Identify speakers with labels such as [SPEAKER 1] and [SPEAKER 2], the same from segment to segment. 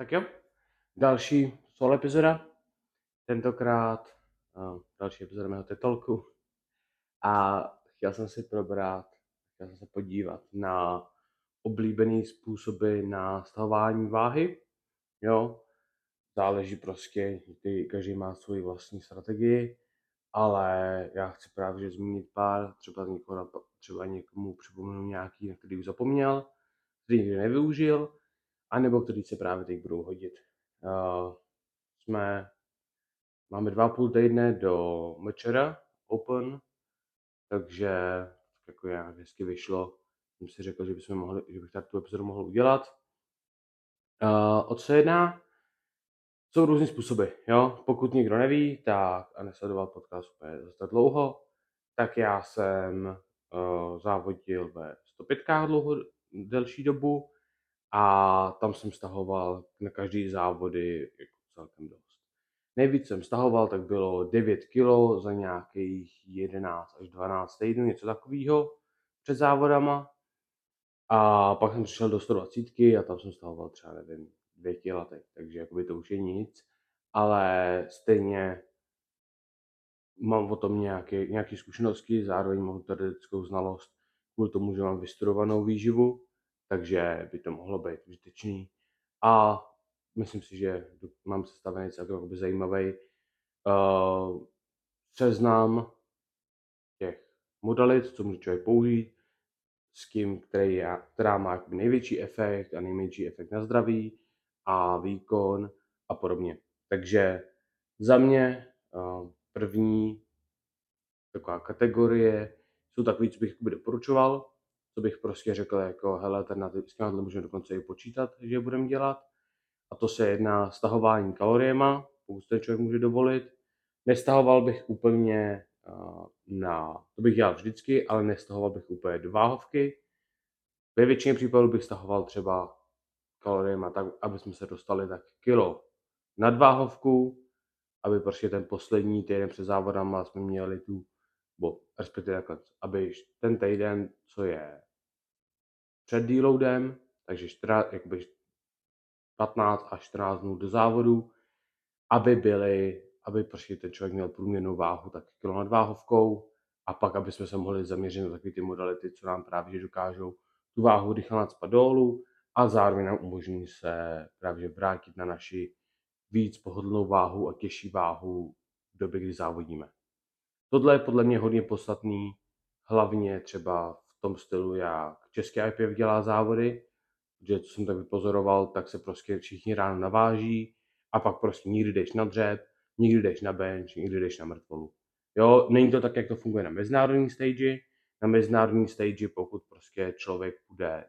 [SPEAKER 1] Tak jo, další solo epizoda, tentokrát další epizoda mého TED-talku a chtěl jsem se podívat na oblíbený způsoby na stahování váhy, jo, záleží prostě, každý má svoji vlastní strategii, ale já chci právě zmínit pár, třeba někomu připomenu nějaký, na který už zapomněl, který nikdy nevyužil, anebo který se právě teď budou hodit. Máme 2,5 týdne do Mečera Open, takže jako nějak hezky vyšlo. Jsem si řekl, že bych tak tu epizodu mohl udělat. O co jedná? Jsou různý způsoby, jo. Pokud někdo neví, tak a nesledoval podcast úplně zase dlouho, tak já jsem závodil ve 105 delší dobu a tam jsem stahoval na každý závody jako celkem dost. Nejvíc jsem stahoval, tak bylo 9 kg za nějakých 11 až 12 týdnů, něco takového před závodama. A pak jsem přišel do 120 a tam jsem stahoval třeba, nevím, 2 kg teď, takže jakoby to už je nic. Ale stejně mám o tom nějaké zkušenosti, zároveň mám teoretickou znalost kvůli tomu, že mám vystudovanou výživu, takže by to mohlo být užitečný. A myslím si, že mám sestavený celkem zajímavý seznam těch modalit, co může člověk použít, s tím, která má největší efekt a nejmenší efekt na zdraví a výkon a podobně. Takže za mě první taková kategorie jsou takový, co bych doporučoval, co bych prostě řekl jako hele, s tímhle můžeme dokonce i počítat, že je budeme dělat. A to se jedná stahování kaloriema, pokud ten člověk může dovolit. Nestahoval bych úplně to bych dělal vždycky, ale nestahoval bych úplně do váhovky. Ve většině případů bych stahoval třeba kaloriema tak, aby jsme se dostali tak kilo nad váhovku, aby prostě ten poslední týden před závodama jsme měli respektive takhle, aby ten týden, co je před deloadem, takže 15 až 14 dnů do závodu, aby prostě ten člověk měl průměrnou váhu tak kilo nad váhovkou a pak, aby jsme se mohli zaměřit na takové ty modality, co nám právě že dokážou tu váhu rychle nadspat dolů a zároveň nám umožní se právě vrátit na naši víc pohodlnou váhu a těžší váhu v době, kdy závodíme. Tohle je podle mě hodně podstatný, hlavně třeba v tom stylu, jak český IPF dělá závody, že co jsem tak vypozoroval, tak se prostě všichni ráno naváží a pak prostě nikdy jdeš na dřep, nikdy jdeš na bench, nikdy jdeš na mrtvolu. Jo, není to tak, jak to funguje na mezinárodní stage. Na mezinárodní stage, pokud prostě člověk půjde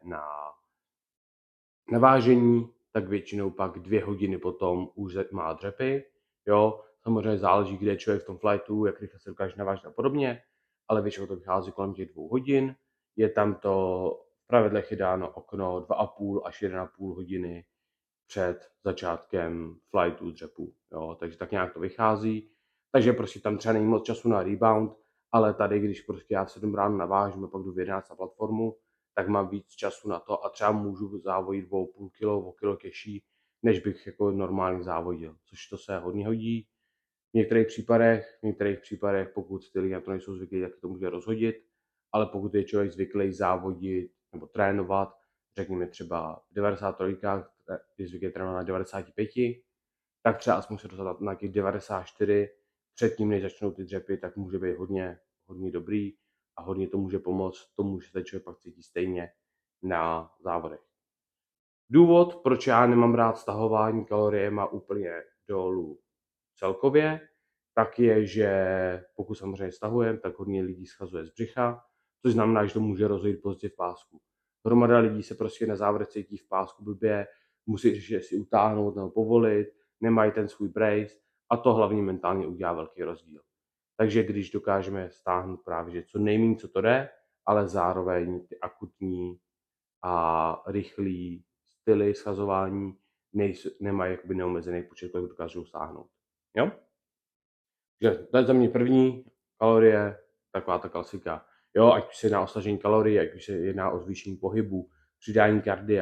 [SPEAKER 1] na vážení, tak většinou pak 2 hodiny potom už má dřepy. Jo, samozřejmě záleží, kde je člověk v tom flightu, jak rychle se dokáže navážet a podobně, ale většinou to vychází kolem těch 2 hodin. Je tam to v pravidlech je dáno okno 2,5 až 1,5 hodiny před začátkem flightu dřepu. Jo, takže tak nějak to vychází. Takže prostě tam třeba není moc času na rebound, ale tady, když prostě já v 7 ráno navážím a pak jdu v 11 na platformu, tak mám víc času na to a třeba můžu závodit o půl kilo, o kilo těžší, než bych jako normálně závodil, což to se hodně hodí. V některých případech, pokud ty lidi na to nejsou zvyklí, tak to může rozhodit, ale pokud je člověk zvyklý závodit nebo trénovat, řekněme třeba v 93, je zvyklý trénovat na 95, tak třeba aspoň se dostat na těch 94 předtím, než začnou ty dřepy, tak může být hodně, hodně dobrý a hodně to může pomoct tomu, že se člověk pak cítí stejně na závodech. Důvod, proč já nemám rád stahování kaloriema úplně dolů celkově, tak je, že pokud samozřejmě stahujeme, tak hodně lidí schazuje z břicha, což znamená, že to může rozhodit pozdě v pásku. Hromada lidí se prostě na závodech cítí v pásku blbě, musí řešit, jestli utáhnout nebo povolit, nemají ten svůj brace a to hlavně mentálně udělá velký rozdíl. Takže když dokážeme stáhnout právě že co nejméně, co to jde, ale zároveň ty akutní a rychlý styly schazování nemají jakoby neomezený počet, kolik dokážou stáhnout. Jo? Takže to je za mě první kalorie, taková ta klasika. Jo, ať už se jedná o stažení kalorií, ať už se jedná o zvýšení pohybu, přidání kardia.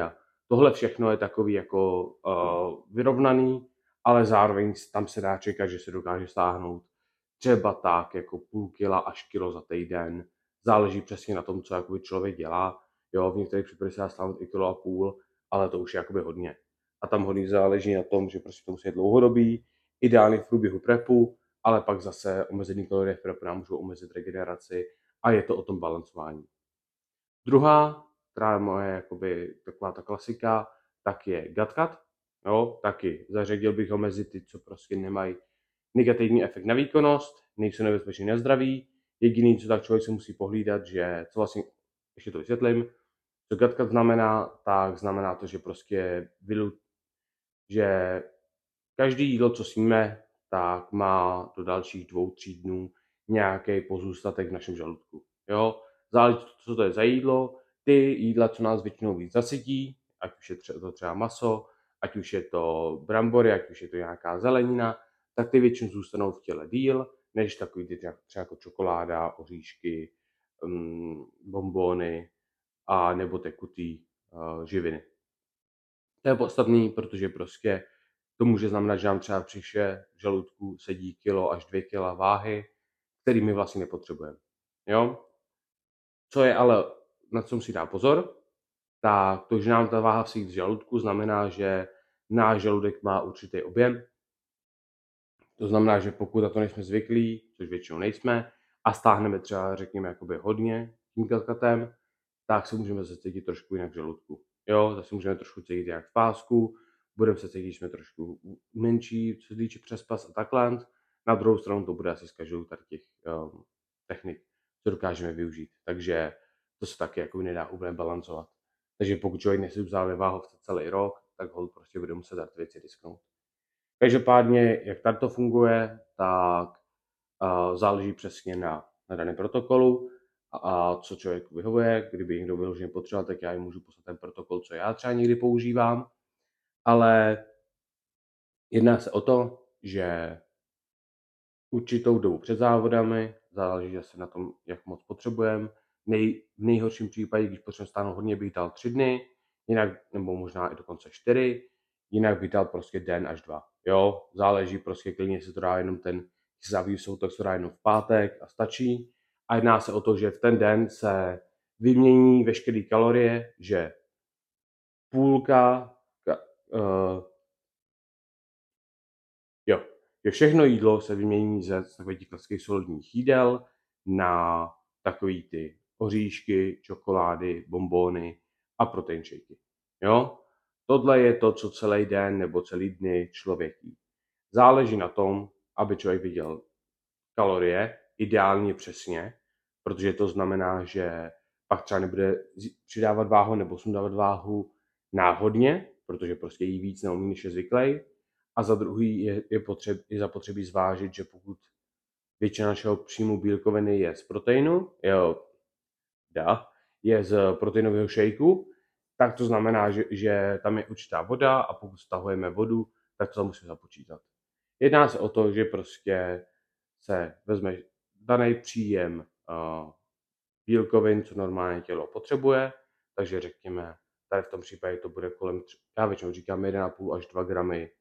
[SPEAKER 1] Tohle všechno je takový jako vyrovnaný, ale zároveň tam se dá čekat, že se dokáže stáhnout třeba tak jako půl kila až kilo za týden. Záleží přesně na tom, co jakoby člověk dělá. Jo, v některých případech se dá stáhnout i kilo a půl, ale to už je jakoby hodně. A tam hodně záleží na tom, že prostě to musí být dlouhodobý, ideálně v průběhu prepu, ale pak zase omezený kalorie v prepu nám můžou omezit regeneraci a je to o tom balancování. Druhá, která je moje jakoby taková ta klasika, tak je gut cut. Jo, taky zařadil bych ho mezi ty, co prostě nemají negativní efekt na výkonnost, nejsou nebezpečný na zdraví. Jediný, co tak člověk se musí pohlídat, že, co vlastně, ještě to vysvětlím, co gut cut znamená, tak znamená to, že prostě že každý jídlo, co sníme, tak má do dalších 2-3 dnů nějaký pozůstatek v našem žaludku. Jo? Záleží, co to je za jídlo. Ty jídla, co nás většinou víc zasytí, ať už je to třeba maso, ať už je to brambory, ať už je to nějaká zelenina, tak ty většinou zůstanou v těle díl, než takový ty třeba jako čokoláda, oříšky, bonbony a nebo tekutý živiny. To je podstatný, protože prostě to může znamenat, že nám třeba při vše v žaludku sedí kilo až 2 kila váhy, který my vlastně nepotřebujeme. Jo? Co je ale, na co si dá pozor, tak to, že nám ta váha sedí v žaludku, znamená, že náš žaludek má určitý objem. To znamená, že pokud na to nejsme zvyklí, což většinou nejsme, a stáhneme třeba, řekněme, jakoby hodně tím kalkatem, tak se můžeme zase cítit trošku jinak v žaludku. Jo, zase můžeme trošku cítit jak v pásku, budeme se cítit, že jsme trošku menší, co se týče přespas a takhle. Na druhou stranu to bude asi z každou tady těch technik, co dokážeme využít. Takže to se taky jako nedá úplně balancovat. Takže pokud člověk nechce vzát váhovce celý rok, tak ho prostě bude muset dát věci disknout. Každopádně, jak tady to funguje, tak záleží přesně na daném protokolu a co člověku vyhovuje. Kdyby někdo vyloženě potřeboval, tak já jim můžu poslat ten protokol, co já třeba někdy používám. Ale jedná se o to, že určitou dobu před závodami, záleží zase na tom, jak moc potřebujeme. V nejhorším případě, když potřebujeme stáhnout hodně, bych dal 3 dny, jinak, nebo možná i dokonce 4, jinak bych dal prostě den až 2. Jo, záleží prostě, klidně se to dá jenom ten závěr soutok, se to dá jenom v pátek a stačí. A jedná se o to, že v ten den se vymění veškeré kalorie, že půlka, že všechno jídlo se vymění ze takových klasických solidních jídel na takový ty oříšky, čokolády, bonbony a protein shakey. Jo? Tohle je to, co celý den nebo celý dny člověk jí. Záleží na tom, aby člověk viděl kalorie, ideálně přesně, protože to znamená, že pak třeba nebude přidávat váhu nebo sundávat váhu náhodně, protože prostě jí víc neumí, než je zvyklý. A za druhý je zapotřebí zvážit, že pokud většina našeho příjmu bílkoviny je z proteinu, je z proteinového shakeu, tak to znamená, že tam je určitá voda a pokud stahujeme vodu, tak to tam musíme započítat. Jedná se o to, že prostě se vezme daný příjem bílkovin, co normálně tělo potřebuje, takže řekněme, tady v tom případě to bude kolem, já většinou říkám 1,5 až 2 gramy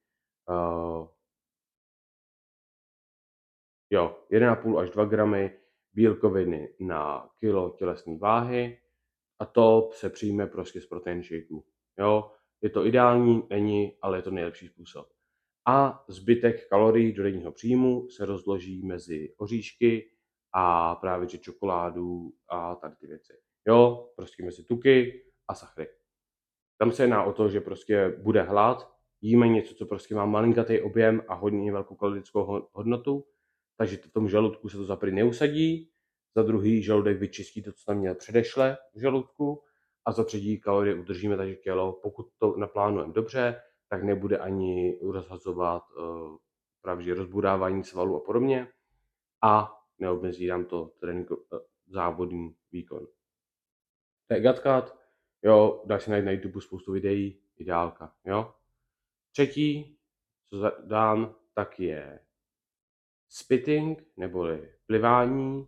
[SPEAKER 1] 1,5 až 2 gramy bílkoviny na kilo tělesné váhy a to se přijme prostě z protein shakeů. Jo, je to ideální, není, ale je to nejlepší způsob. A zbytek kalorií do denního příjmu se rozloží mezi oříšky a právě že čokoládu a tady ty věci. Jo, prostě mezi tuky a sachary. Tam se jedná o to, že prostě bude hlad, jíme něco, co prostě má malinkatý objem a hodně velkou kalorickou hodnotu, takže v tom žaludku se to za první neusadí, za druhý žaludek vyčistí to, co tam měl předešle v žaludku a za třetí kalorie udržíme, takže tělo, pokud to naplánujeme dobře, tak nebude ani rozhazovat právě rozbudávání svalů a podobně a neobmezí nám to závodní výkon. To je gut cut, jo, dá se najít na YouTube spoustu videí, ideálka, jo. Třetí, co dám, tak je spitting, neboli plivání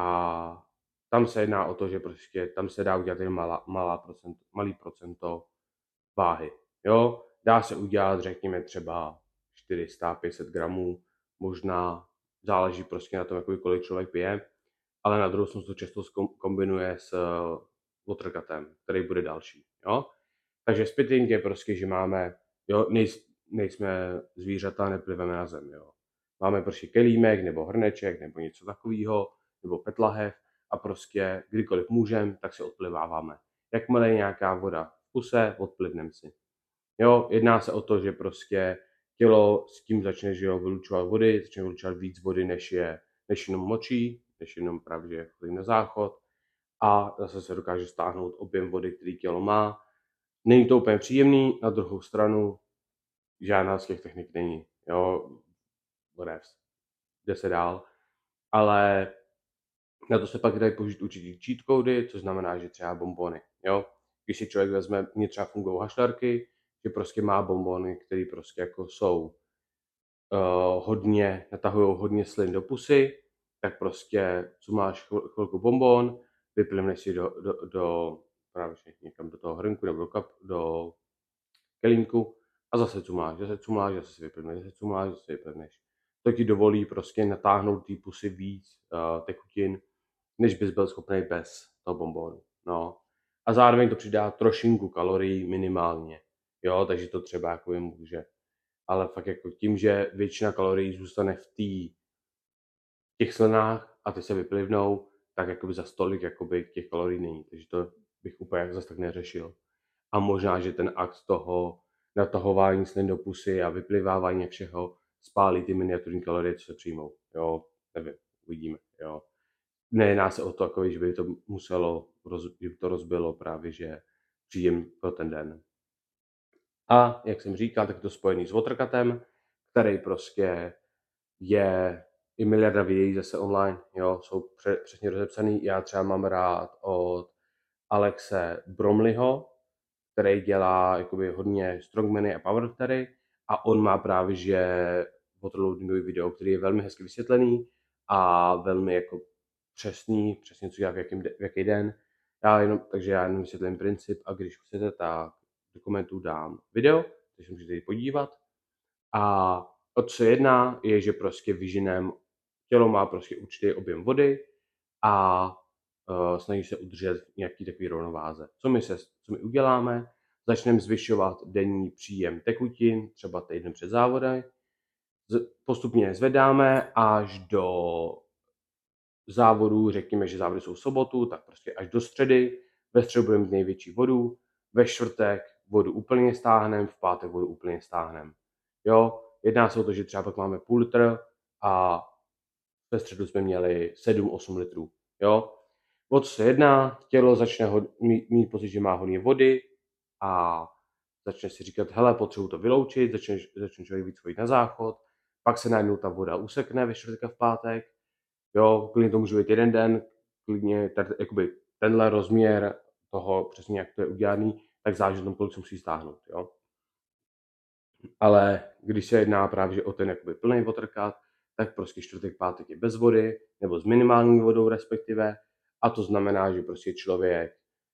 [SPEAKER 1] a tam se jedná o to, že prostě tam se dá udělat jen malý procento váhy. Jo, dá se udělat, řekněme, třeba 400-500 gramů, možná záleží prostě na tom, kolik člověk pije, ale na druhou stranu to často kombinuje s watercutem, který bude další. Jo? Takže spitting je prostě, že máme, jo, nejsme zvířata, nepliveme na zem. Jo? Máme prostě kelímek nebo hrneček nebo něco takového, nebo petlahev a prostě kdykoliv můžeme, tak se odpliváváme. Jakmile je nějaká voda v kuse, odplivneme si. Jo, jedná se o to, že prostě tělo s tím začne, že jo, vylučovat vody, začne vylučovat víc vody, než jenom močí, než jenom právě, že chodí na záchod a zase se dokáže stáhnout objem vody, který tělo má. Není to úplně příjemný, na druhou stranu žádná z těch technik není, jo, whatever, jde se dál, ale na to se pak dají použít určitý cheat cody, což znamená, že třeba bonbony, jo. Když si člověk vezme, mně třeba fungují hašlarky, že prostě má bonbony, které prostě jako jsou hodně, natahují hodně slin do pusy, tak prostě, co máš chvilku bonbon, vyplivneš si do právě někam do toho hrnku nebo do kelímku a zase cumáš, zase si vyplivneš, zase si vyplivneš. To ti dovolí prostě natáhnout té pusy víc tekutin, než bys byl schopný bez toho bonbonu. No. A zároveň to přidá trošinku kalorií minimálně. Jo, takže to třeba jako může. Ale fakt jako tím, že většina kalorií zůstane v těch slinách a ty se vyplivnou, tak jakoby za stolik jakoby těch kalorií není. Takže to bych úplně zase tak neřešil. A možná, že ten akt toho natahování slin do pusy a vyplivávání všeho spálí ty miniaturní kalorie, co se přijmou. Jo, nevím, uvidíme. Jo. Nejedná se o to, jako, že by to muselo, že by to rozbilo právě, že příjem pro ten den. A jak jsem říkal, tak je to spojený s watercutem, který prostě je i miliarda videí zase online, jo, jsou přesně rozepsaný. Já třeba mám rád od Alexe Bromleyho, který dělá jakoby hodně strongmany a powerliftery a on má právě, že waterloadingový video, který je velmi hezky vysvětlený a velmi jako přesný, přesně co dělá v jaký den. Takže já jenom vysvětlím princip a když chcete, tak do komentů dám video, takže můžete jít podívat. A o co jedná, je, že prostě vyžinem, tělo má prostě určitý objem vody a snaží se udržet nějaký takový rovnováze. Co my uděláme? Začneme zvyšovat denní příjem tekutin, třeba týden před závodem. Postupně zvedáme až do závodů, řekněme, že závody jsou v sobotu, tak prostě až do středy. Ve středu budeme mít největší vodu, ve čtvrtek vodu úplně stáhneme, v pátek vodu úplně stáhneme. Jo, jedná se o to, že třeba pak máme půl litr a ve středu jsme měli 7-8 litrů. Jo, o co se jedná, tělo začne mít pocit, že má hodně vody a začne si říkat, hele, potřebuji to vyloučit, začne člověk víc chodit na záchod, pak se najednou ta voda usekne ve čtvrtek a v pátek, jo, klidně to může být jeden den, klidně jakoby tenhle rozměr toho, přesně jak to je udělaný, tak záleží na tom, kolik se musí stáhnout, jo. Ale když se jedná právě o ten jakoby plný watercut, tak prostě čtvrtek, pátek je bez vody, nebo s minimální vodou respektive, a to znamená, že prostě člověk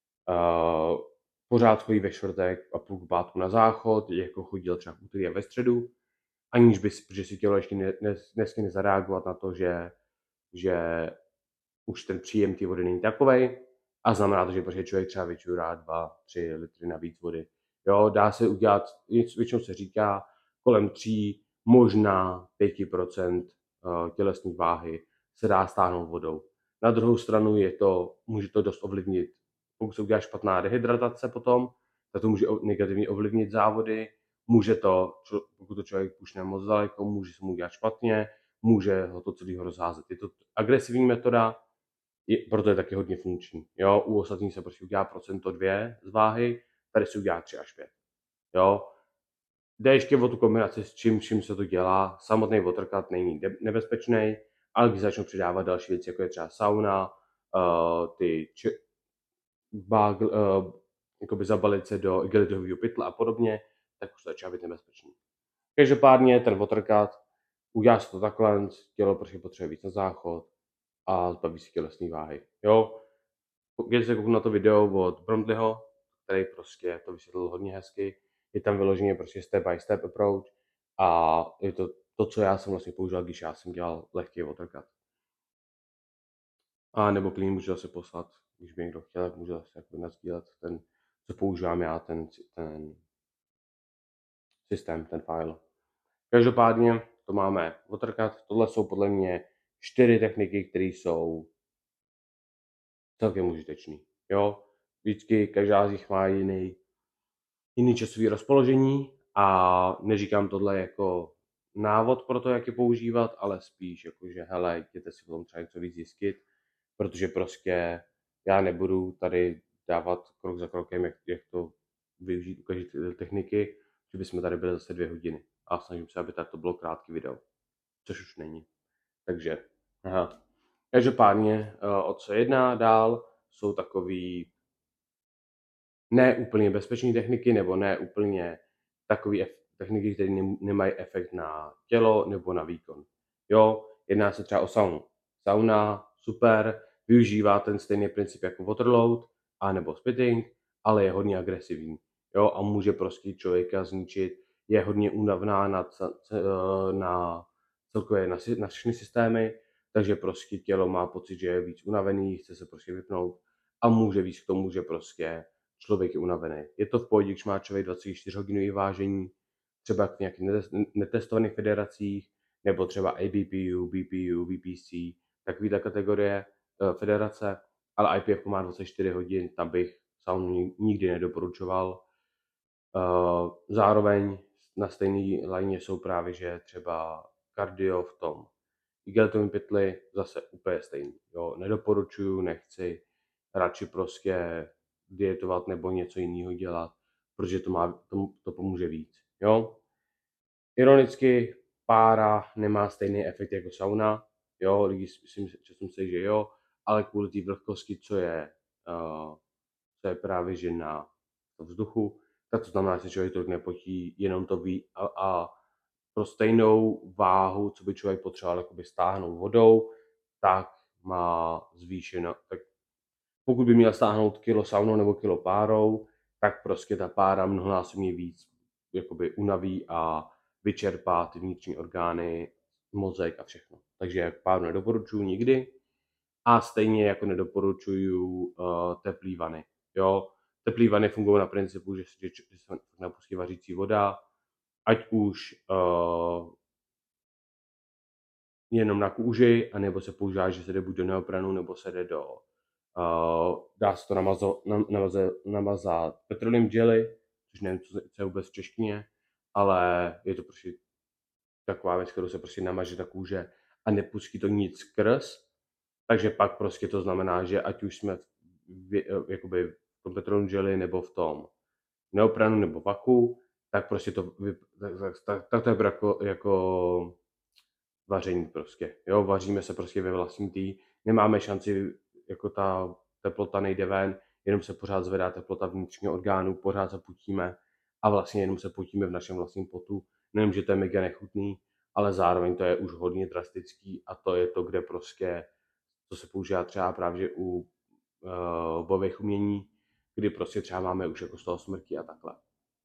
[SPEAKER 1] pořád chodí ve čtvrtek a půl pátku na záchod, jako chodil třeba v úterý a ve středu, aniž by, protože si tělo ještě nesmí nezareagovat na to, že už ten příjem té vody není takovej a znamená to, že prostě člověk třeba vyčurá 2-3 litry navíc vody. Jo, dá se udělat, většinou se říká, kolem 3, možná 5% tělesné váhy se dá stáhnout vodou. Na druhou stranu může to dost ovlivnit, pokud se udělá špatná dehydratace potom, tak to může negativně ovlivnit závody, může to, pokud to člověk pušne moc daleko, může se mu udělat špatně, může ho to celého rozházet. Je to agresivní metoda, proto je taky hodně funkční. Jo, u ostatních se prostě udělá procento 2 z váhy, tady se udělá 3 až 5. Jo, jde ještě o tu kombinaci s čím se to dělá. Samotný watercut není nebezpečný, ale když začnou přidávat další věci, jako je třeba sauna, jakoby zabalit se do igelitového pytle a podobně, tak už to začíná být nebezpečný. Každopádně ten watercut, udělá se to takhle, tělo prostě potřebuje víc na záchod a zbaví si tělesné váhy. Jo, když se kouknu na to video od Bromleyho, který prostě to vysvětlil hodně hezky. Je tam vyloženě prostě step by step approach a je to, co já jsem vlastně používal, když já jsem dělal lehký watercut. A nebo klidně můžu zase poslat, když by někdo chtěl, tak můžu zase jako nasdílet ten, co používám já, ten systém, ten file. Každopádně to máme watercut. Tohle jsou podle mě 4 techniky, které jsou celkem užitečné. Jo, vždycky každá z nich má jiný časový rozpoložení a neříkám tohle jako návod pro to, jak je používat, ale spíš jako, že hele, jděte si potom třeba něco víc zjistit, protože prostě já nebudu tady dávat krok za krokem, jak to využít u každé techniky, že bychom tady byli zase 2 hodiny. A snažím se, aby to bylo krátký video, což už není. Takže, aha. Každopádně, o co jedná dál, jsou takový ne úplně bezpečné techniky, nebo ne úplně takové techniky, které nemají efekt na tělo nebo na výkon. Jo, jedná se třeba o saunu. Sauna, super, využívá ten stejný princip jako waterload a nebo spitting, ale je hodně agresivní. Jo, a může prostě člověka zničit, je hodně únavná na celkově na všechny systémy, takže prostě tělo má pocit, že je víc unavený, chce se prostě vypnout a může víc k tomu, že prostě člověk je unavený. Je to v pohodě, když má člověk 24-hodinový vážení, třeba v nějakých netestovaných federacích, nebo třeba ABPU, BPU, VPC, takovýhle kategorie federace, ale IPF má 24 hodin, tam bych saunu nikdy nedoporučoval. Zároveň na stejné lajně jsou právě, že třeba kardio v tom igelitovém pytli zase úplně stejný. Jo, nedoporučuju, nechci, radši prostě dietovat nebo něco jiného dělat, protože to pomůže víc. Jo? Ironicky pára nemá stejný efekt jako sauna, jo, lidi si myslí, že jo, ale kvůli té vlhkosti, co je právě že na vzduchu, tak to znamená, že člověk tolik nepotí, jenom to ví a pro stejnou váhu, co by člověk potřeboval jakoby stáhnout vodou, tak má zvýšeno, tak pokud by měl stáhnout kilo saunou nebo kilo párou, tak prostě ta pára mnohonásobně víc jakoby unaví a vyčerpá ty vnitřní orgány, mozek a všechno. Takže páru nedoporučuji nikdy a stejně jako nedoporučuju teplý vany. Jo? Teplý vany fungují na principu, že se napustí vařící voda, ať už jenom na kůži, anebo se používá, že se jde buď do neoprenu, nebo se jde dá se to namazat petroleum jelly, což nevím, co je vůbec v češtině, ale je to prostě taková věc, kterou se prostě namaže ta kůže a nepustí to nic skrz, takže pak prostě to znamená, že ať už jsme jakoby v tom petroleum jelly nebo v tom neoprenu nebo vaku, tak prostě tak to je jako vaření prostě, jo, vaříme se prostě ve vlastní tý, nemáme šanci, jako ta teplota nejde ven, jenom se pořád zvedá teplota vnitřního orgánu, pořád se potíme a vlastně jenom se potíme v našem vlastním potu, nejenom, že to je mega nechutný, ale zároveň to je už hodně drastický a to je to, kde prostě, to se používá třeba právě u bojových umění, kdy prostě třeba máme už jako z toho smrti a takhle.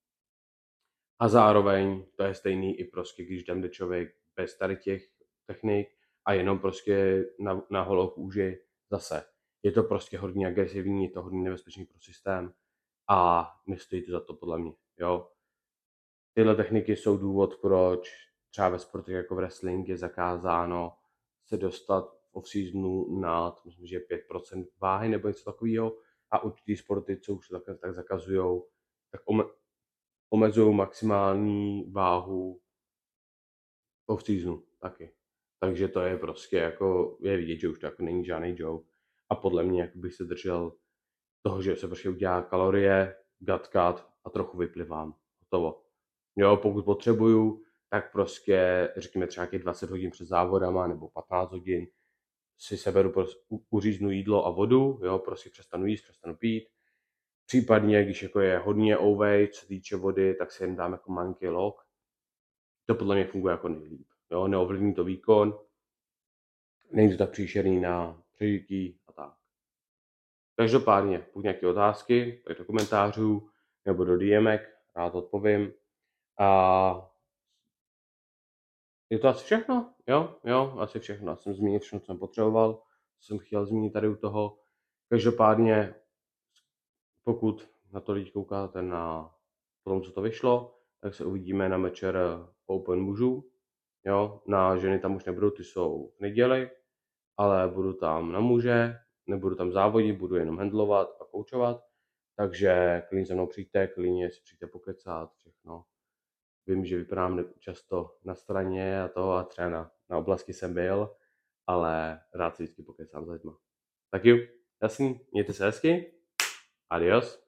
[SPEAKER 1] A zároveň to je stejný i prostě, když tam jde člověk bez tady těch technik a jenom prostě na holou kůži zase. Je to prostě hodně agresivní, je to hodně nebezpečný pro systém a nestojí to za to podle mě. Jo? Tyhle techniky jsou důvod, proč třeba ve sportech jako v wrestling je zakázáno se dostat v off-seasonu nad, myslím, že 5% váhy nebo něco takového a určitý sporty, co už tak zakazují, tak omezují maximální váhu off-seasonu taky. Takže to je prostě jako, je vidět, že už to jako není žádný joke. A podle mě jako bych se držel toho, že se prostě udělá kalorie, gut cut a trochu vyplivám. Hotovo. Jo, pokud potřebuju, tak prostě řekněme třeba nějakých 20 hodin před závodama nebo 15 hodin si seberu, uříznu jídlo a vodu, jo, prostě přestanu jíst, přestanu pít. Případně, když jako je hodně ovej, co týče vody, tak si jen dám jako monkey log. To podle mě funguje jako nejlíp. Jo, neovlivní to výkon, není to tak příšerný na přežití a tak. Každopádně, pokud nějaké otázky, tak do komentářů nebo do DMek, rád odpovím. A je to asi všechno, jo, asi všechno. Já jsem zmínil všechno, co jsem potřeboval, co jsem chtěl zmínit tady u toho. Každopádně, pokud na to lidi koukáte na tom, co to vyšlo, tak se uvidíme na Mečer Open mužů. Jo, na ženy tam už nebudou, ty jsou v neděli, ale budu tam na muže, nebudu tam závodit, budu jenom handlovat a koučovat, takže klidně se mnou přijďte, klidně si přijďte pokecat, všechno. Vím, že vypadám často na straně a toho a třeba na oblasti jsem byl, ale rád si vždycky pokecám s lidma. Tak jo, jasný, mějte se hezky, adios.